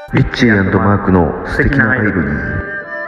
リッチーマークの素敵なアイロニー。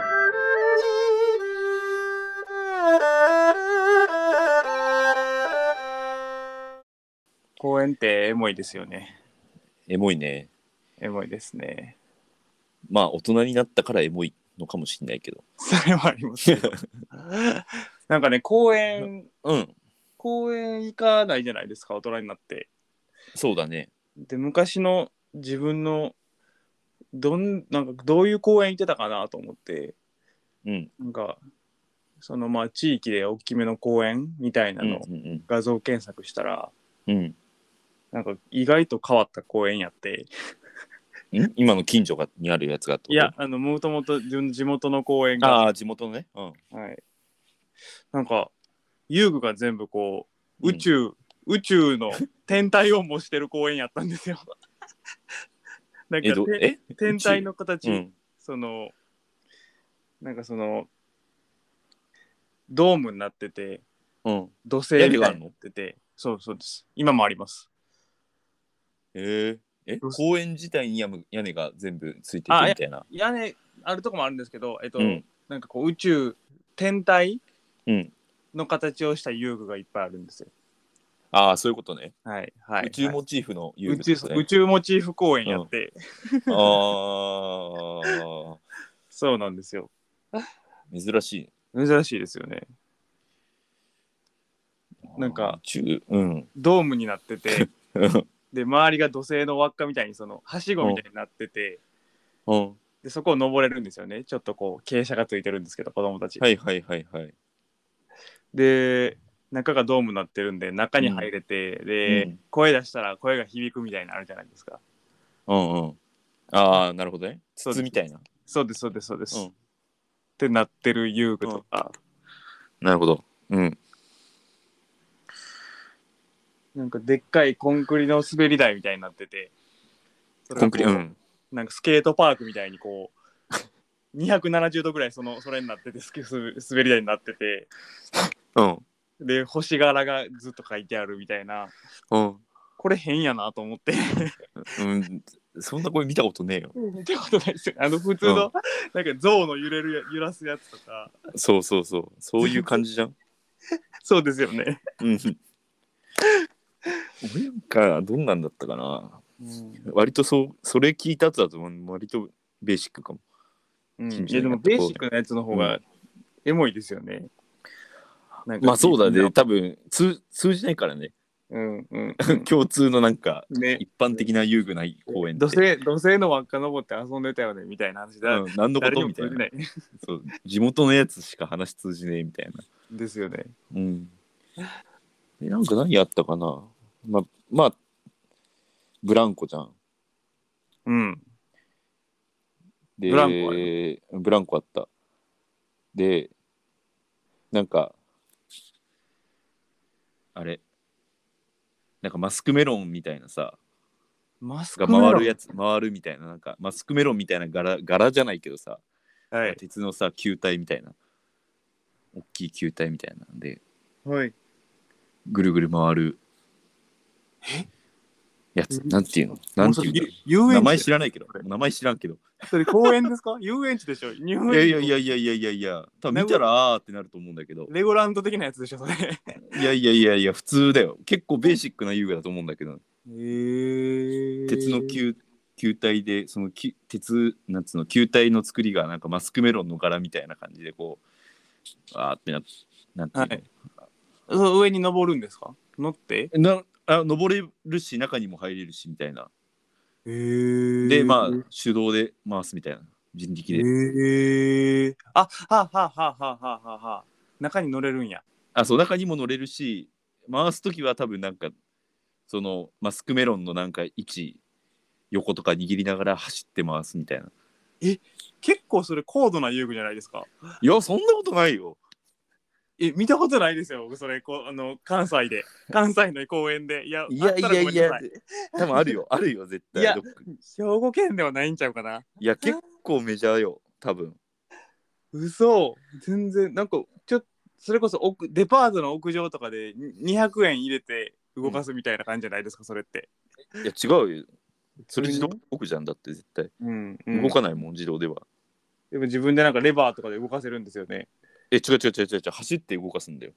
公園ってエモいですよね。 エモいね。 エモいですね。 まあ大人になったからエモいのかもしれないけど。 それはありますけど。なんかね、公園うん。 行かないじゃないですか、大人になって。 そうだね。 で、昔の自分のなんかどういう公園行ってたかなと思って、 うん。 なんかそのまあ地域で大きめの公園みたいなうんのうん画像検索したら、 うん。 なんか意外と変わった公園やって。 今の近所にあるやつがってこと？ いや、もともと自分の地元の公園が。 ああ、地元のね。うん。 はい。なんか遊具が全部こううん宇宙の天体を模してる公園やったんですよ。なんか天体の形、 うん。 そのなんかそのドームになってて、 うん。 土星みたいになってて、そうです。今もあります。 公園自体に屋根が全部ついててあ、 みたいな。 屋根あるとこもあるんですけど、 うん。 なんかこう天体うん。 の形をした遊具がいっぱいあるんですよ。 ああ、そういうことね。 はいはい、 宇宙モチーフの遊宇宙具ってことね。 宇宙モチーフ公園うん。 やって、 ああ、 そうなんですよ。 珍しい。 珍しいですよね。なん宇か宙、うん。 ドームになってて、で周りが土星の輪っかみたいにそのはしごみたいになってて、 うん。 でそこを登れるんですよね。ちょっとこう傾斜がついてるんですけど、子供たち。 はいはいはいはい。 で中がドームになってるんで中に入れて、で、 うん。 声出したら声が響くみたいなのあるじゃないですか。 うんうん。ああ、なるほどね。 そうです筒みたいな。 そうですそうですそうです、 うん。 ってなってる遊具うん。 とか、 なるほど。うん。 なんかでっかいコンクリの滑り台みたいになってて、それコンクリ、うがこん。 うなんかスケートパークみたいにこう270度ぐらいそれになってて、滑り台になってて、 うん。 で星柄がずっと書いてあるみたいな。 うん。 これ変やなと思って。 うん。そんな声見たことねえよ。 見たことないですよ。普通の、 うん。 なんか象の揺らすやつとか。 そうそうそう。そういう感じじゃん。 そうですよね。 うん。俺なんか、どんなんだったかな。割とそれ聞いたやつだと割とベーシックかも。 いやでもベーシックなやつの方がエモいですよね。なんかまあそうだね。多分通じないからね。共通のなんか、 ね、 一般的な遊具ない公園って。 土星の輪っか登って遊んでたよねみたいな話だ。 何のことみたいな。そう、地元のやつしか話通じねえみたいな。 ですよね。 うん。なんか何やったかな。まあ、ブランコじゃん。 うん。 で、ブランコあった。で、なんか、あれ、なんかマスクメロンみたいなさ、が回るやつ、回るみたいな、なんかマスクメロンみたいな柄じゃないけどさ、 はい、 鉄のさ、球体みたいな、大きい球体みたいなんで、 はい、 ぐるぐる回るやつ、なんていうの名前知らないけど、名前知らんけど。 それ公園ですか？遊園地でしょ。 いや、多分見たらあーってなると思うんだけど。 レゴランド的なやつでしょ、それ。 いや、普通だよ。結構ベーシックな遊具だと思うんだけど。鉄の球体で、そのなんつうの、球体の作りがなんかマスクメロンの柄みたいな感じで、こう、あーってなんていうの、はい、上に登るんですか？乗って登れるし、中にも入れるしみたいな。で、まあ、手動で回すみたいな。人力で。 はは。中に乗れるんや。 そう、中にも乗れるし、回すときは多分なんか、そのマスクメロンのなんか位置、横とか握りながら走って回すみたいな。 結構それ高度な遊具じゃないですか。 いや、そんなことないよ。 見たことないですよ、それ関西の公園で。いや、 多分あるよ絶対。 いや、兵庫県ではないんちゃうかな。 いや、結構メジャーよ、多分。 嘘、全然。なんかそれこそデパートの屋上とかで200円入れて動かすみたいな感じじゃないですか、それって。 いや、違うよ。 それ自動で動くじゃんだって絶対。 うん動かないもん自動では。 でも自分でなんかレバーとかで動かせるんですよね。 違う走って動かすんだよ。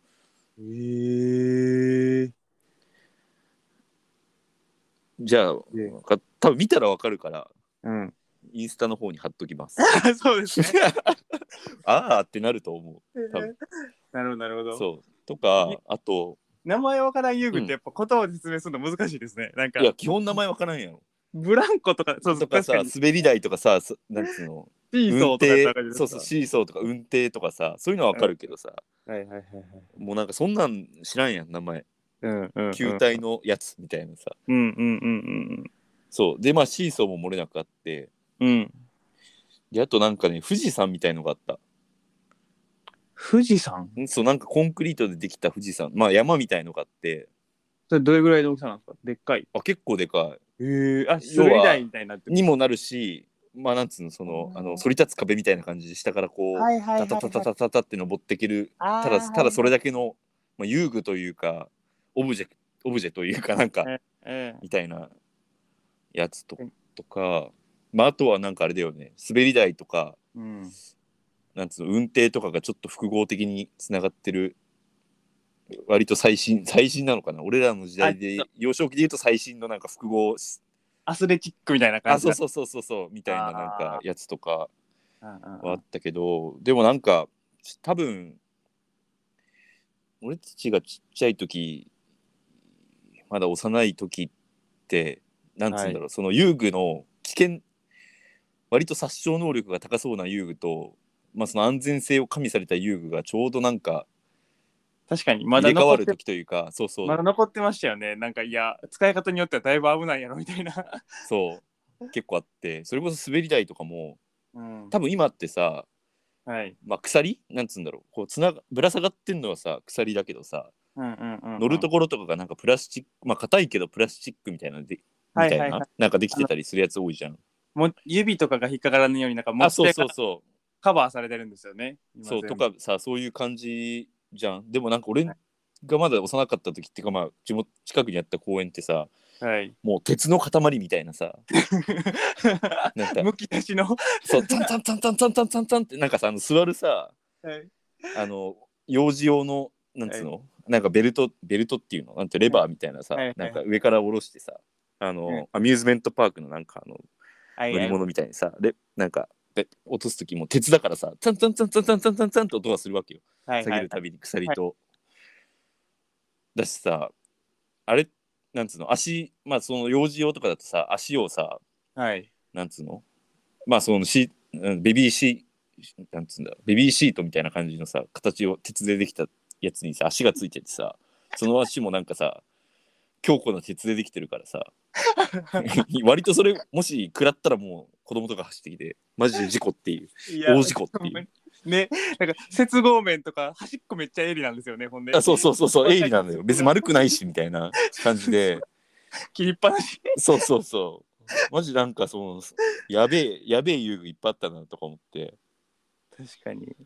じゃあ多分見たらわかるから、インスタの方に貼っときます。 そうですね。 あーってなると思う。多分なるほどなるほど。 そうとか、あと名前わからん遊具ってやっぱ言葉で説明するの難しいですね。なんかいや基本名前わからんやろ。 ブランコとかとかさ、滑り台とかさ、なんつうの、 シーソーとかやったらそうそう、シーソーとか運転とかさ、そういうのはわかるけどさ、もうなんかそんなん知らんやん名前。球体のやつみたいなさ。そうでまあシーソーも漏れなくあって、であとなんかね富士山みたいのがあった。 富士山？ そうなんかコンクリートでできた富士山、まあ山みたいのがあって。 それどれぐらいの大きさなんですか？でっかい？ あ結構でかい。 滑り台みたいになってる。 にもなるし、まあなんつうのその反り立つ壁みたいな感じで下からこうタタタタタタタって登っていける。ただそれだけの、まあ、遊具というかオブジェというかなんかみたいなやつとか、まああとはなんかあれだよね、滑り台とか、なんつうの運転とかがちょっと複合的につながってる。割と最新なのかな、俺らの時代で幼少期で言うと最新のなんか複合アスレチックみたいな感じ。 そうみたいななんかやつとかはあったけど、でもなんか多分俺たちがちっちゃい時、まだ幼い時ってなんつうんだろう、その遊具の危険、割と殺傷能力が高そうな遊具と、まあその安全性を加味された遊具がちょうどなんか確かにまだ入れ替わる時というか、 まだ残ってましたよね。なんかいや使い方によってはだいぶ危ないやろみたいな。 そう結構あって、それこそ滑り台とかも、多分今ってさ、まあ鎖なんつうんだろう、こうぶら下がってんのはさ鎖だけどさ、乗るところとかがなんかプラスチック、まあ硬いけどプラスチックみたいななんかできてたりするやつ多いじゃん。 もう指とかが引っかからないようになんかカバーされてるんですよね。 そうとかさ、そういう感じじゃん。でもなんか俺がまだ幼かった時っていうか、まあ近くにあった公園ってさ、もう鉄の塊みたいなさなんかむき出しのそうタンタンタンタンタンタンタンタンってなんかさ、座るさ、幼児用のなんつうの、なんかベルトっていうのなんてレバーみたいなさ、なんか上から下ろしてさ、アミューズメントパークのなんか乗り物みたいにさ、なんか落とす時も鉄だからさ、タンタンタンタンタンタンタンタンと音がするわけよ。下げるたびに鎖と。だしさ、あれなんつうの、足、まあその幼児用とかだとさ、足をさ、なんつうの、まあそのベビーシートみたいな感じのさ、形を鉄でできたやつにさ、足がついててさ、その足もなんかさ、強固な鉄でできてるからさ割とそれもし食らったらもう子供とか走ってきてマジで事故っていう大事故っていうね、なんか接合面とか端っこめっちゃ鋭利なんですよね、ほんで。 そう鋭利なんだよ、別に丸くないしみたいな感じで切りっぱなし。 そうマジなんかそのやべえ遊具いっぱいあったなとか思って。 確かに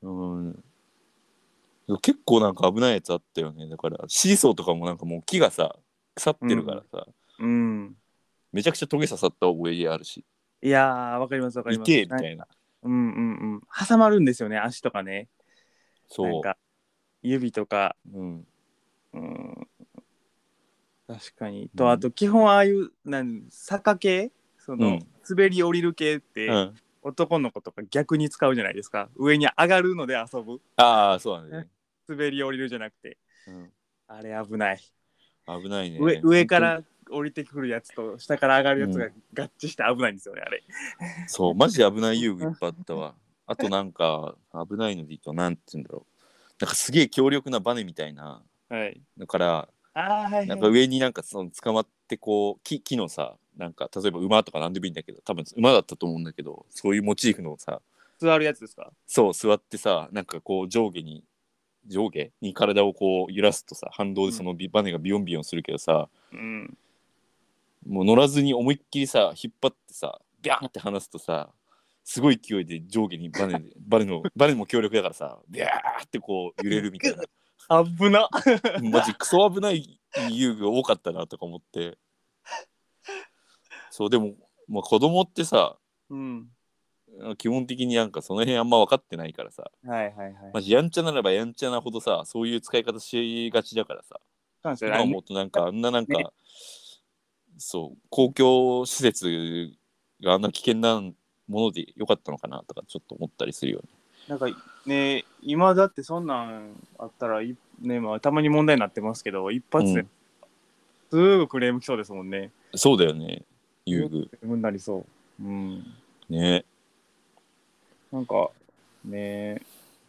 結構なんか危ないやつあったよね。だからシーソーとかもなんかもう木がさ腐ってるからさ、めちゃくちゃトゲ刺さった覚えあるし。 いやーわかります。 痛えみたいな。 挟まるんですよね、足とかね。 そう。 なんか指とか。確かに。あと基本ああいう坂系、その、滑り降りる系って、男の子とか逆に使うじゃないですか。上に上がるので遊ぶ。 ああそうだね。 滑り降りるじゃなくて、あれ危ない。 危ないね。 上から降りてくるやつと下から上がるやつが合致して危ないんですよね、あれ。 そうマジで危ない遊具いっぱいあったわ。あとなんか危ないので言うとなんて言うんだろう、なんかすげえ強力なバネみたいな、だからなんか上になんかその捕まってこう木のさ、なんか例えば馬とか何でもいいんだけど、多分馬だったと思うんだけど、そういうモチーフのさ座るやつですか？ そう座ってさ、なんかこう上下に体をこう揺らすとさ、反動でそのバネがビヨンビヨンするけどさ、もう乗らずに思いっきりさ引っ張ってさビャーンって離すとさ、すごい勢いで上下にバネも強力だからさビャーってこう揺れるみたいな危なマジクソ危ない遊具多かったなとか思って。 そうでも、まあ、子供ってさ、 うん。 基本的になんかその辺あんま分かってないからさ、 はいはいはい。 まあ、やんちゃならばやんちゃなほどさ、そういう使い方しがちだからさ、 そうなんですよね。 今思うとなんかあんななんね、 か、そう公共施設があんな危険なものでよかったのかなとかちょっと思ったりするよね。 なんかね、今だってそんなんあったらね、まあ、たまに問題になってますけど、一発でうん、 すぐクレーム来そうですもんね。 そうだよね、 すぐク遊具レームになりそう。うん。 ね。 なんか、ね、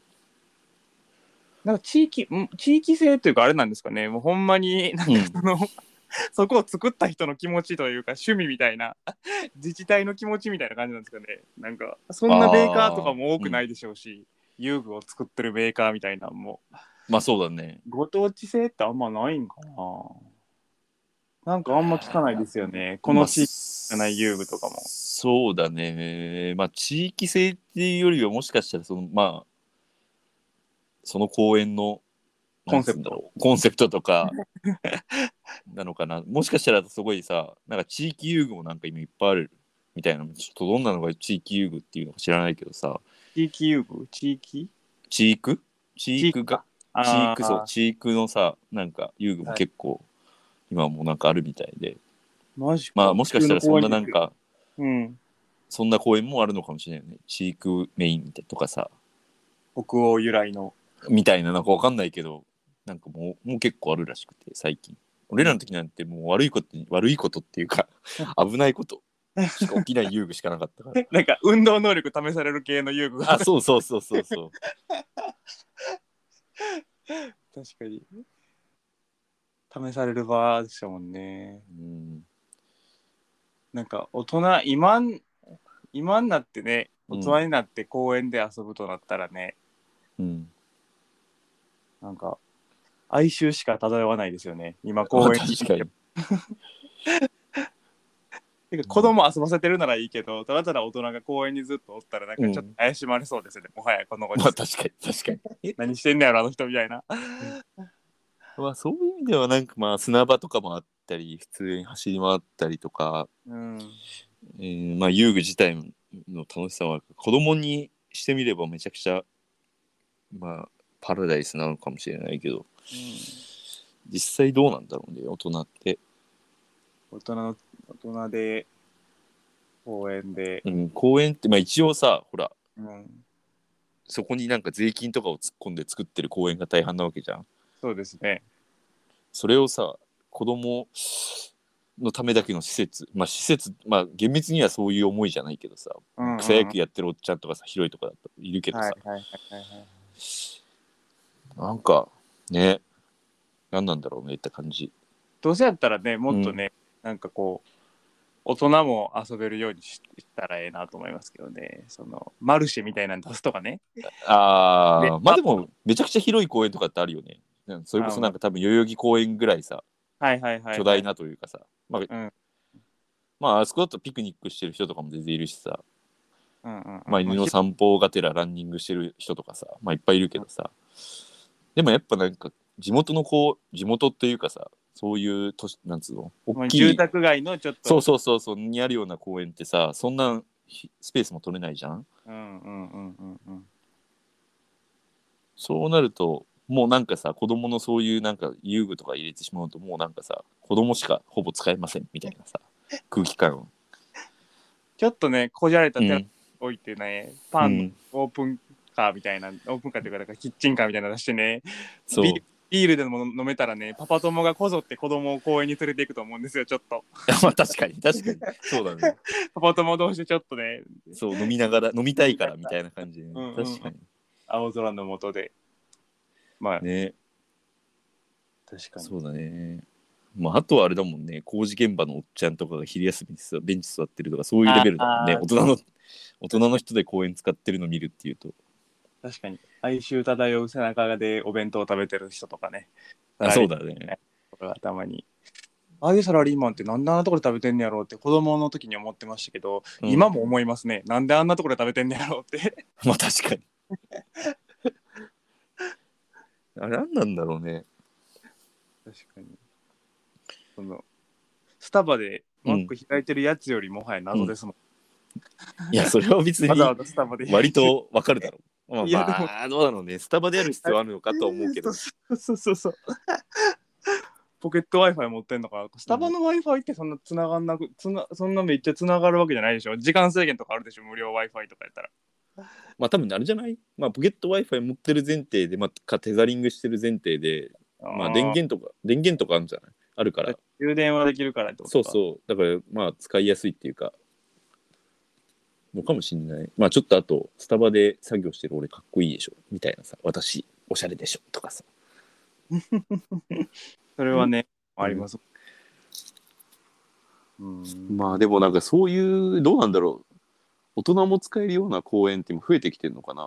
なんか地域性というかあれなんですかね、もうほんまになんかうんそこを作った人の気持ちというか趣味みたいな自治体の気持ちみたいな感じなんですかね。なんかそんなメーカーとかも多くないでしょうし、遊具を作ってるメーカーみたいなのもまあそうだね。 ご当地性ってあんまないんかな。なんかあんま聞かないですよね。こまあの地域じゃない遊具とかも。 そうだね。まあ地域性っていうよりはもしかしたらそのまあその公園のなんコンセプト。 つうんだろうコンセプトとかなのかな。もしかしたらすごいさ、なんか地域遊具もなんか今いっぱいあるみたいな、ちょっとどんなのが地域遊具っていうのか知らないけどさ、 地域遊具地域地域地域が地域か。あそうあ、 地域のさなんか遊具もはい。 結構今もなんかあるみたいで、 マジか。 まあもしか普通のしたらそん公園ですよ。 ななんかうん。 そんな公園もあるのかもしれないよね。地域メインみたいとかさ北欧由来の。 みたいななんかわかんないけど、なんかもう結構あるらしくて最近。俺らの時なんてもう悪いことっていうか危ないことしか起きない遊具しかなかったから。 なんか運動能力試される系の遊具があ、そうそうそうそうそ確かに試される場でしたもんね。 う。うん。 なんか今になってね、大うん。 人になって公園で遊ぶとなったらね、 うん。 なんか哀愁しか漂わないですよね。今まあ公園に行っても。 確かに。 てか子供遊ばせてるならいいけど、ただただ大人が公園にずっとおったらなんかちょっとうん。 怪しまれそうですよね。もはやこのご時世。 まあ確かに確かに。 何してんねやろあの人みたいな。 まあそういう意味ではなんかまあ砂場とかもあったり普通に走り回ったりとか、 うん。 まあ遊具自体の楽しさは子供にしてみればめちゃくちゃまあパラダイスなのかもしれないけど、 うん、 実際どうなんだろうね大人って。 大人で公園で、 うん、公園ってまあ一応さほらうん、 そこになんか税金とかを突っ込んで作ってる公園が大半なわけじゃん。 そうですね。 それをさ子供のためだけの施設、まあ施設、まあ厳密にはそういう思いじゃないけどさ、 うんうんうん。 草野球やってるおっちゃんとかさ広いとこだといるけどさ、 はいはいはいはいはい。 なんかね、何なんだろうねって感じ。 どうせやったらね、もうん、 っとね、なんかこう、大人も遊べるようにしたらええなと思いますけどね。その、マルシェみたいなの出すとかね。で、 まあでもめちゃくちゃ広い公園とかってあるよね。それこそなんか多分代々木公園ぐらいさはいはいはいはい。 巨大なというかさ、まあ、 うん。 まああそこだとピクニックしてる人とかも全然いるしさ、 うんうんうん。 まあ犬の散歩がてらランニングしてる人とかさ、まあいっぱいいるけどさ、でもやっぱなんか地元っていうかさ、そういうなんつうの大き住い、 宅街のちょっと、 そうそうそうそうにあるような公園ってさ、そんなスペースも取れないじゃん。 うんうんうんうんうん。 そうなるともうなんかさ子供のそういうなんか遊具とか入れてしまうともうなんかさ子供しかほぼ使えませんみたいなさ空気感を。 ちょっとね、こじゃれたテラスうん置いてね、パンのうんオープンカーみたいな、オープンカーっていうか、なんかキッチンカーみたいなの出してね、 そう。 ビールでも飲めたらね、パパ友がこぞって子供を公園に連れていくと思うんですよ、ちょっと。 まあ確かに確かにそうだね。 パパ友同士でちょっとね、 そう飲みながら飲みたいからみたいな感じで、ね、 うんうんうん、 確かに青空の下で。まあ、 ね。 確かに。 そうだね。まあ、あとはあれだもんね、工事現場のおっちゃんとかが昼休みにさベンチ座ってるとかそういうレベルだもんね。 あ大人の人で公園使ってるの見るっていうと。 確かに。哀愁漂う背中でお弁当を食べてる人とかね。 あ、そうだね。 とかがたまに。ああいうサラリーマンってなんであんなところで食べてんねやろうって子供の時に思ってましたけど、 うん、 今も思いますね。なんであんなところで食べてんねやろうって。 まあ確かに。あれ何なんだろうね。 確かに。そのスタバでマック開いてるやつよりもはや謎ですもん。 いやそれは別にわざわざスタバで割とわかるだろう。まあ、 いやでもまあ、どうだろうね。スタバでやる必要あるのかとは思うけど。 そう。ポケット Wi-Fi 持ってんのかな。スタバの Wi-Fi ってそんな繋がんなく、そんなめっちゃ繋がるわけじゃないでしょ。時間制限とかあるでしょ、無料 Wi-Fi とかやったら。 まあ多分あれじゃない？まあポケット Wi-Fi 持ってる前提で、まあテザリングしてる前提で、まあ電源とかあるんじゃない？あるから。 充電はできるからってことか。 そう。だからまあ使いやすいっていうか、のかもしんない。まあちょっとあと、スタバで作業してる俺かっこいいでしょみたいなさ、私おしゃれでしょとかさ。 それはね、あります。 まあでもなんかそういう、どうなんだろう。大人も使えるような公園って今増えてきてるのかな。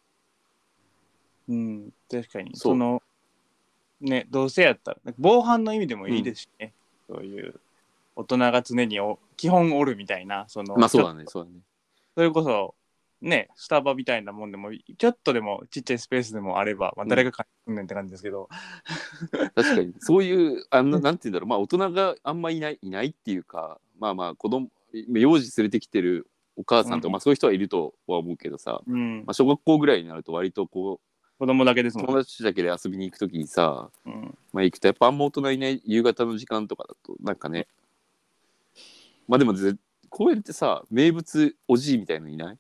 確かに。その、ね、どうせやったら、防犯の意味でもいいですしね。そういう、大人が常に基本おるみたいな、その、 まあそうだね。 それこそ、ね、スタバみたいなもんでも、ちょっとでもちっちゃいスペースでもあれば、まあ、誰が買いんねんって感じですけど。 確かに、そういう、なんて言うんだろう、まあ大人があんまいないっていうか、まあ子供、幼児連れてきてるお母さんとか、まあそういう人はいるとは思うけどさ、まあ小学校ぐらいになると割とこう、 子供だけですもん。 友達だけで遊びに行くときにさ、まあ行くとやっぱあんま大人いない夕方の時間とかだと、なんかね、まあでも公園ってさ、名物おじいみたいのいない？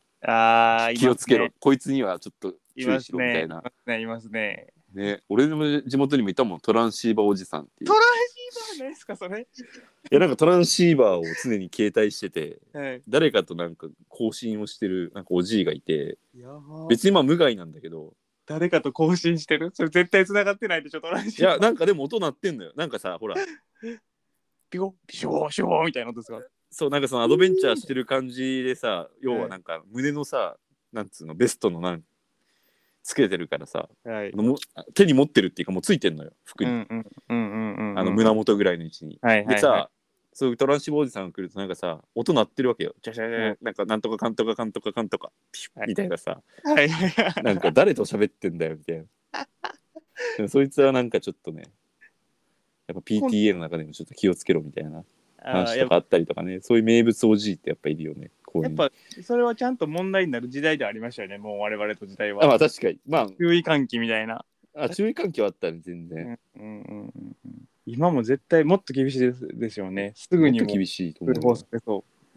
気をつけろ、こいつにはちょっと注意しろみたいな。 いますね。 ね、俺の地元にもいたもん、トランシーバーおじさんっていう。 トランシーバーですかそれ？いやなんかトランシーバーを常に携帯してて、 はい、 誰かとなんか交信をしてるなんかおじいがいて、別にまあ無害なんだけど、 誰かと交信してる？それ絶対繋がってないでしょトランシーバー。 いやなんかでも音鳴ってんのよ。なんかさほらピコピショーショーみたいな音ですか？ そうなんかそのアドベンチャーしてる感じでさ、要はなんか胸のさ、なんつうのベストのつけてるからさ、手に持ってるっていうかもうついてんのよ服に、胸元ぐらいの位置に、でさ、そういうトランシーバーおじさんが来るとなんかさ音鳴ってるわけよ。ジャジャジャ、なんかなんとかかんとかかんとかかんとかピュッみたいなさ、なんか誰と喋ってんだよみたいな。でもそいつはなんかちょっとね、やっぱ PTA の中でもちょっと気をつけろみたいな話とかあったりとかね、そういう名物おじいってやっぱいるよね。 やっぱそれはちゃんと問題になる時代ではありましたよね。もう我々と時代は。 まあ確かに。まあ注意喚起みたいな。 注意喚起はあったね全然。 今も絶対もっと厳しいですよね。すぐにも厳しいと思う。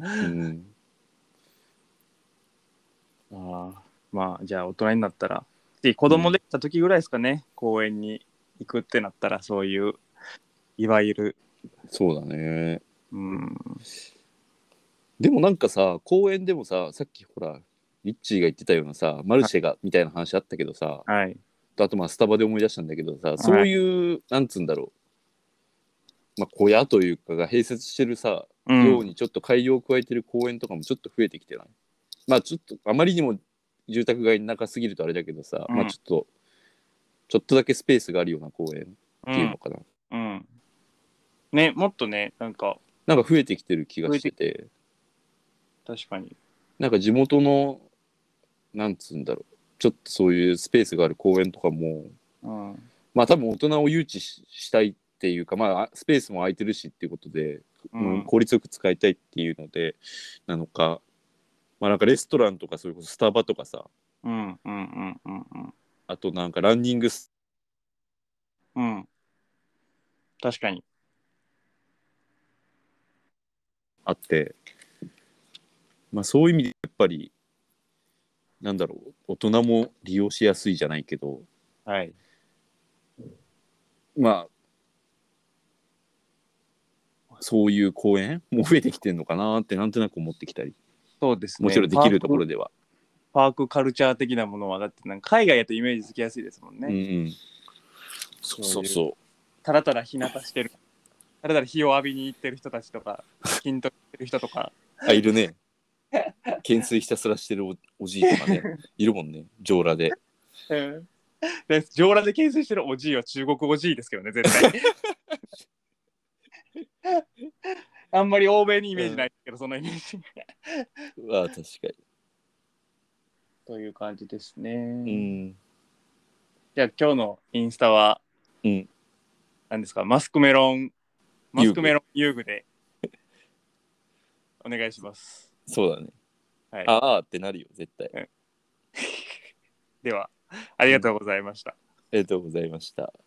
まあじゃあ大人になったら、子供できた時ぐらいですかね、公園に行くってなったらそういういわゆる。 そうだね。でもなんかさ公園でもさ、さっきほらリッチーが言ってたようなさマルシェがみたいな話あったけどさ、あとまあスタバで思い出したんだけどさ、そういうなんつうんだろう、まあ小屋というかが併設してるさ、ようにちょっと改良を加えてる公園とかもちょっと増えてきてない？まあちょっとあまりにも住宅街の中すぎるとあれだけどさ、まあちょっとだけスペースがあるような公園っていうのかな、 ね、もっとねなんか増えてきてる気がしてて、 確かになんか地元のなんつうんだろう、ちょっとそういうスペースがある公園とかも、まあ多分大人を誘致したいっていうか、まあスペースも空いてるしっていうことで、効率よく使いたいっていうのでなのか、まあなんかレストランとかそれこそスタバとかさ、あとなんかランニング確かにあって、まあそういう意味でやっぱりなんだろう、大人も利用しやすいじゃないけど、まあそういう公園も増えてきてるのかなってなんとなく思ってきたり。 そうですね。 もちろんできるところでは。 パークカルチャー的なものはだってなんか海外やとイメージつきやすいですもんね。 そう。 ただただ日向してる、ただただ日を浴びに行ってる人たちとか、筋トレしてる人とか。 いるね。懸垂ひたすらしてる おじいとかね、いるもんね、上裸で。 上裸で懸垂してるおじいは中国おじいですけどね、絶対。あんまり欧米にイメージないけど、そのイメージ。 確かに。 という感じですね。じゃあ今日のインスタは、何ですか、マスクメロン遊具でお願いします。 そうだね。 はい。 あーってなるよ、絶対。 では、ありがとうございました。 ありがとうございました。